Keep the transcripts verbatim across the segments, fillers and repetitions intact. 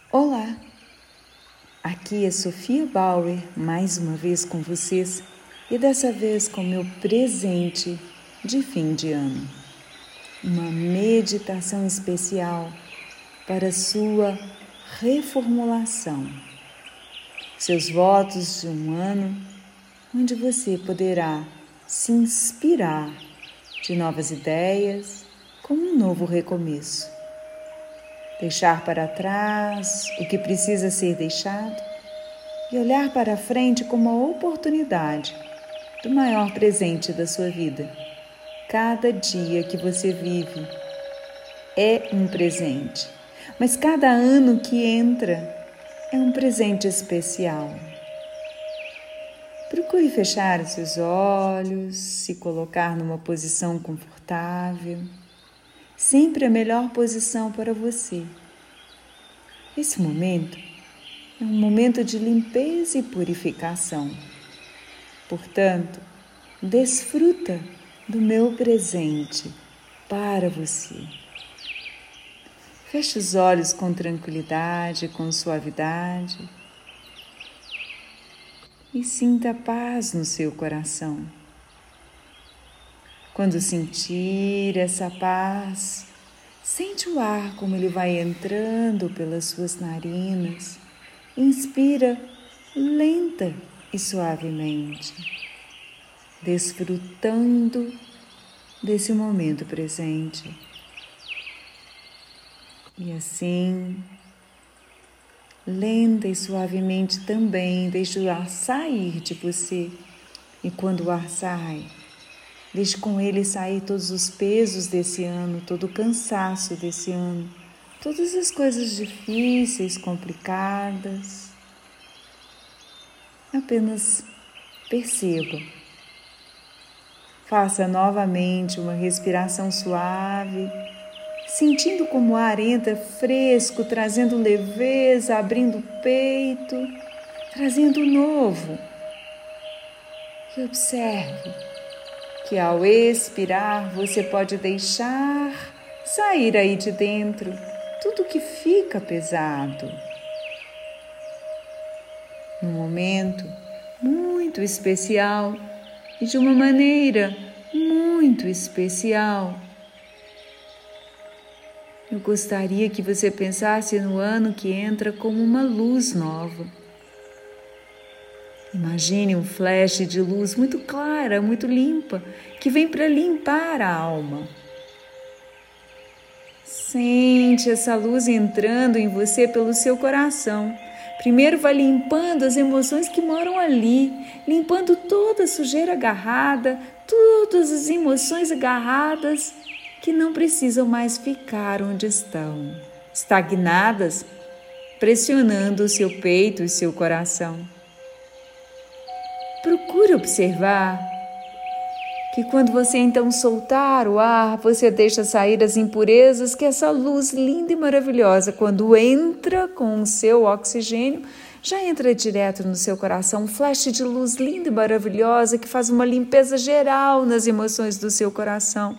Olá, aqui é Sofia Bauer, mais uma vez com vocês e dessa vez com meu presente de fim de ano. Uma meditação especial para sua reformulação. Seus votos de um ano onde você poderá se inspirar de novas ideias com um novo recomeço. Deixar para trás o que precisa ser deixado e olhar para a frente como uma oportunidade do maior presente da sua vida. Cada dia que você vive é um presente, mas cada ano que entra é um presente especial. Procure fechar os seus olhos, se colocar numa posição confortável. Sempre a melhor posição para você. Esse momento é um momento de limpeza e purificação. Portanto, desfruta do meu presente para você. Feche os olhos com tranquilidade, com suavidade e sinta paz no seu coração. Quando sentir essa paz, sente o ar como ele vai entrando pelas suas narinas. Inspira lenta e suavemente, desfrutando desse momento presente. E assim, lenta e suavemente também, deixe o ar sair de você. E quando o ar sai, deixe com ele sair todos os pesos desse ano, todo o cansaço desse ano, todas as coisas difíceis, complicadas. Apenas perceba. Faça novamente uma respiração suave, sentindo como o ar entra fresco, trazendo leveza, abrindo o peito, trazendo o novo. E observe que ao expirar você pode deixar sair aí de dentro tudo que fica pesado. Num momento muito especial e de uma maneira muito especial, eu gostaria que você pensasse no ano que entra como uma luz nova. Imagine um flash de luz muito clara, muito limpa, que vem para limpar a alma. Sente essa luz entrando em você pelo seu coração. Primeiro vai limpando as emoções que moram ali, limpando toda a sujeira agarrada, todas as emoções agarradas que não precisam mais ficar onde estão, estagnadas, pressionando o seu peito e seu coração. Procure observar que quando você então soltar o ar, você deixa sair as impurezas que essa luz linda e maravilhosa, quando entra com o seu oxigênio, já entra direto no seu coração, um flash de luz linda e maravilhosa que faz uma limpeza geral nas emoções do seu coração.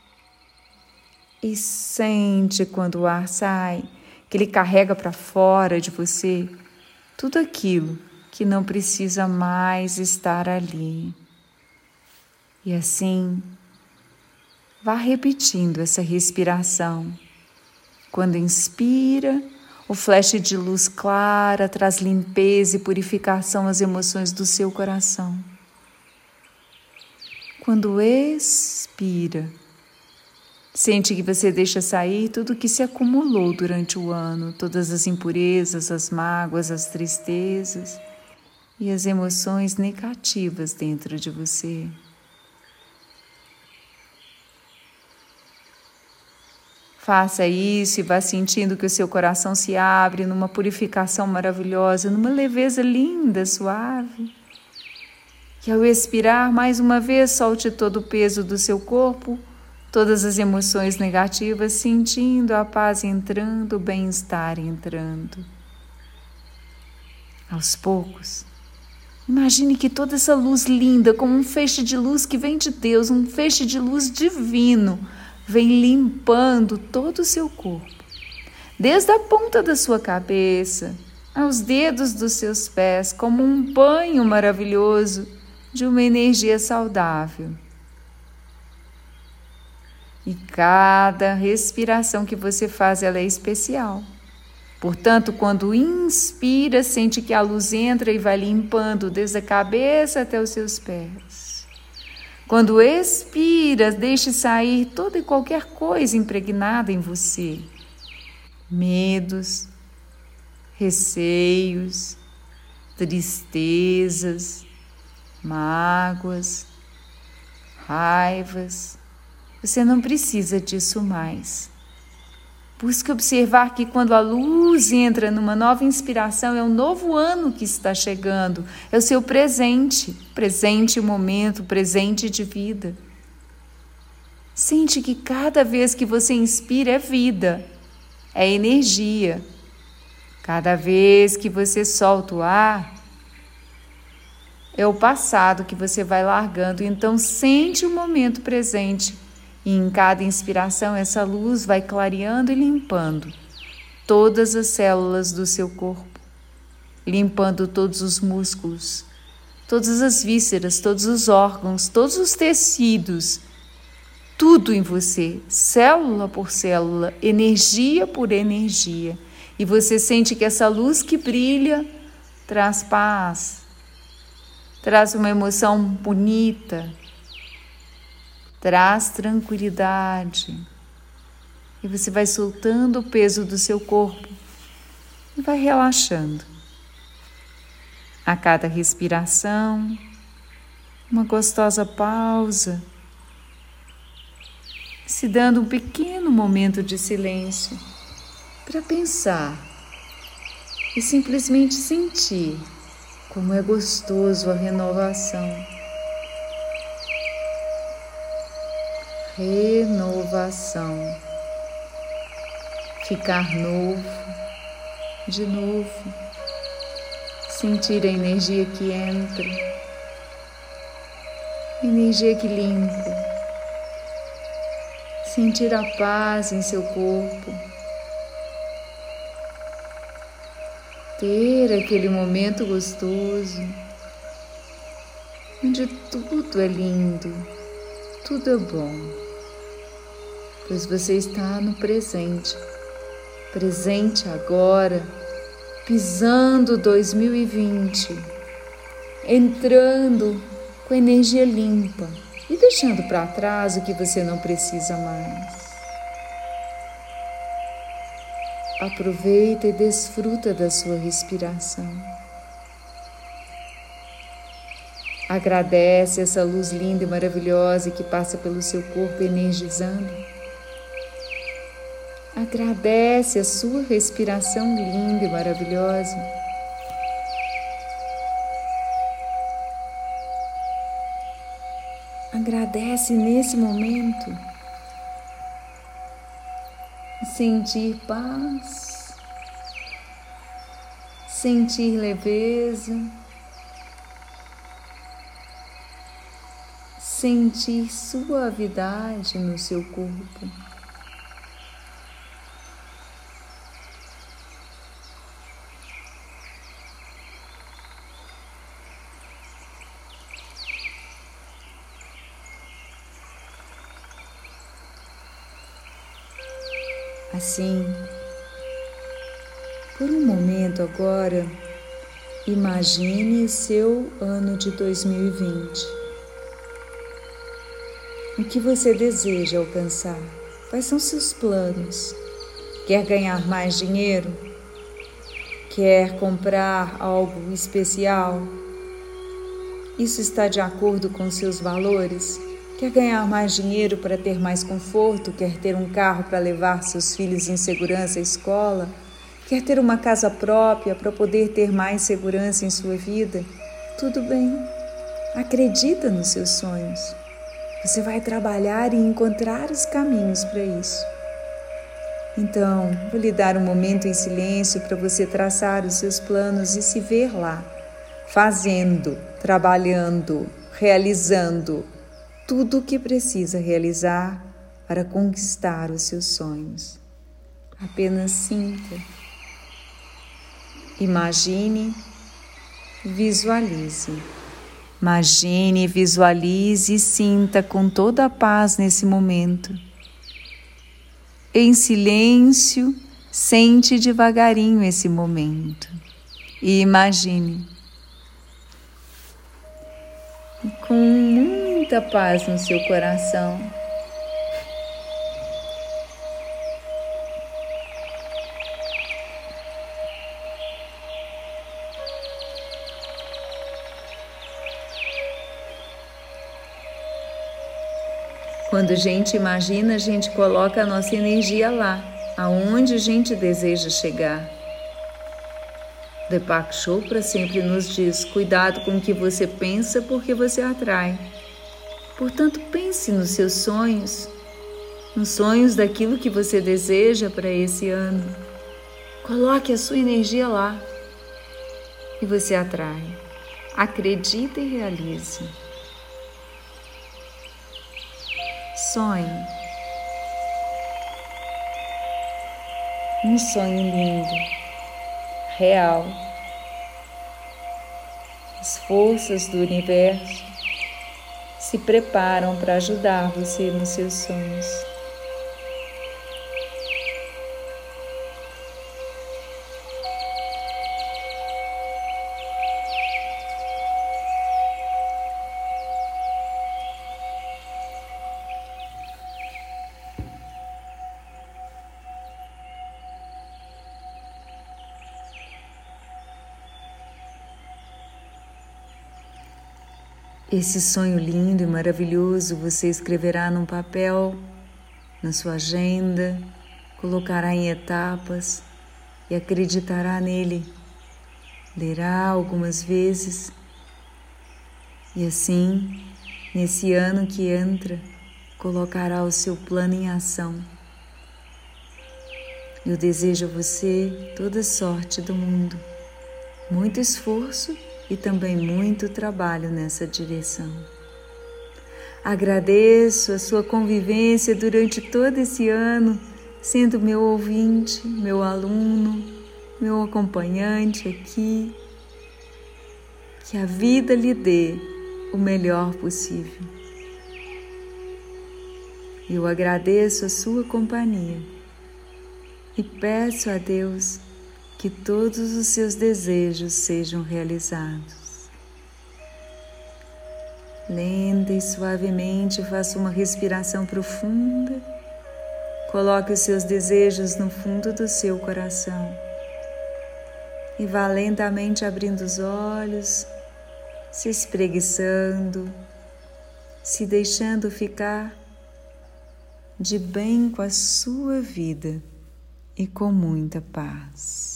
E sente quando o ar sai, que ele carrega para fora de você tudo aquilo que não precisa mais estar ali. E assim, vá repetindo essa respiração. Quando inspira, o flash de luz clara traz limpeza e purificação às emoções do seu coração. Quando expira, sente que você deixa sair tudo que se acumulou durante o ano, todas as impurezas, as mágoas, as tristezas e as emoções negativas dentro de você. Faça isso e vá sentindo que o seu coração se abre numa purificação maravilhosa, numa leveza linda, suave. E ao expirar, mais uma vez, solte todo o peso do seu corpo, todas as emoções negativas, sentindo a paz entrando, o bem-estar entrando. Aos poucos, imagine que toda essa luz linda, como um feixe de luz que vem de Deus, um feixe de luz divino, vem limpando todo o seu corpo, desde a ponta da sua cabeça aos dedos dos seus pés, como um banho maravilhoso de uma energia saudável. E cada respiração que você faz, ela é especial. Portanto, quando inspira, sente que a luz entra e vai limpando desde a cabeça até os seus pés. Quando expira, deixe sair toda e qualquer coisa impregnada em você. Medos, receios, tristezas, mágoas, raivas. Você não precisa disso mais. Busque observar que quando a luz entra numa nova inspiração, é um novo ano que está chegando, é o seu presente, presente momento, presente de vida. Sente que cada vez que você inspira é vida, é energia. Cada vez que você solta o ar, é o passado que você vai largando. Então sente o momento presente. E em cada inspiração, essa luz vai clareando e limpando todas as células do seu corpo, limpando todos os músculos, todas as vísceras, todos os órgãos, todos os tecidos, tudo em você, célula por célula, energia por energia. E você sente que essa luz que brilha traz paz, traz uma emoção bonita, traz tranquilidade, e você vai soltando o peso do seu corpo e vai relaxando. A cada respiração, uma gostosa pausa, se dando um pequeno momento de silêncio para pensar e simplesmente sentir como é gostoso a renovação. Renovação, ficar novo, de novo, sentir a energia que entra, energia que limpa, sentir a paz em seu corpo, ter aquele momento gostoso, onde tudo é lindo, tudo é bom. Pois você está no presente, presente agora, pisando dois mil e vinte, entrando com energia limpa e deixando para trás o que você não precisa mais. Aproveita e desfruta da sua respiração. Agradece essa luz linda e maravilhosa que passa pelo seu corpo energizando. Agradece a sua respiração linda e maravilhosa. Agradece nesse momento. Sentir paz, sentir leveza, sentir suavidade no seu corpo. Assim, por um momento agora, imagine o seu ano de dois mil e vinte. O que você deseja alcançar? Quais são seus planos? Quer ganhar mais dinheiro? Quer comprar algo especial? Isso está de acordo com seus valores? Quer ganhar mais dinheiro para ter mais conforto? Quer ter um carro para levar seus filhos em segurança à escola? Quer ter uma casa própria para poder ter mais segurança em sua vida? Tudo bem. Acredita nos seus sonhos. Você vai trabalhar e encontrar os caminhos para isso. Então, vou lhe dar um momento em silêncio para você traçar os seus planos e se ver lá, fazendo, trabalhando, realizando tudo o que precisa realizar para conquistar os seus sonhos. Apenas sinta, imagine, visualize. Imagine, visualize e sinta com toda a paz nesse momento. Em silêncio, sente devagarinho esse momento e imagine. Com muita paz no seu coração. Quando a gente imagina, a gente coloca a nossa energia lá, aonde a gente deseja chegar. Deepak Chopra sempre nos diz: cuidado com o que você pensa, porque você atrai. Portanto, pense nos seus sonhos, nos sonhos daquilo que você deseja para esse ano. Coloque a sua energia lá e você atrai. Acredite e realize. Sonhe. Um sonho lindo, real. As forças do universo se preparam para ajudar você nos seus sonhos. Esse sonho lindo e maravilhoso você escreverá num papel, na sua agenda, colocará em etapas e acreditará nele. Lerá algumas vezes e assim, nesse ano que entra, colocará o seu plano em ação. Eu desejo a você toda sorte do mundo, muito esforço e também muito trabalho nessa direção. Agradeço a sua convivência durante todo esse ano, sendo meu ouvinte, meu aluno, meu acompanhante aqui. Que a vida lhe dê o melhor possível. Eu agradeço a sua companhia e peço a Deus que todos os seus desejos sejam realizados. Lenta e suavemente faça uma respiração profunda. Coloque os seus desejos no fundo do seu coração e vá lentamente abrindo os olhos, se espreguiçando, se deixando ficar de bem com a sua vida e com muita paz.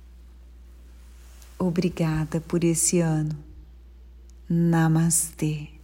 Obrigada por esse ano. Namastê.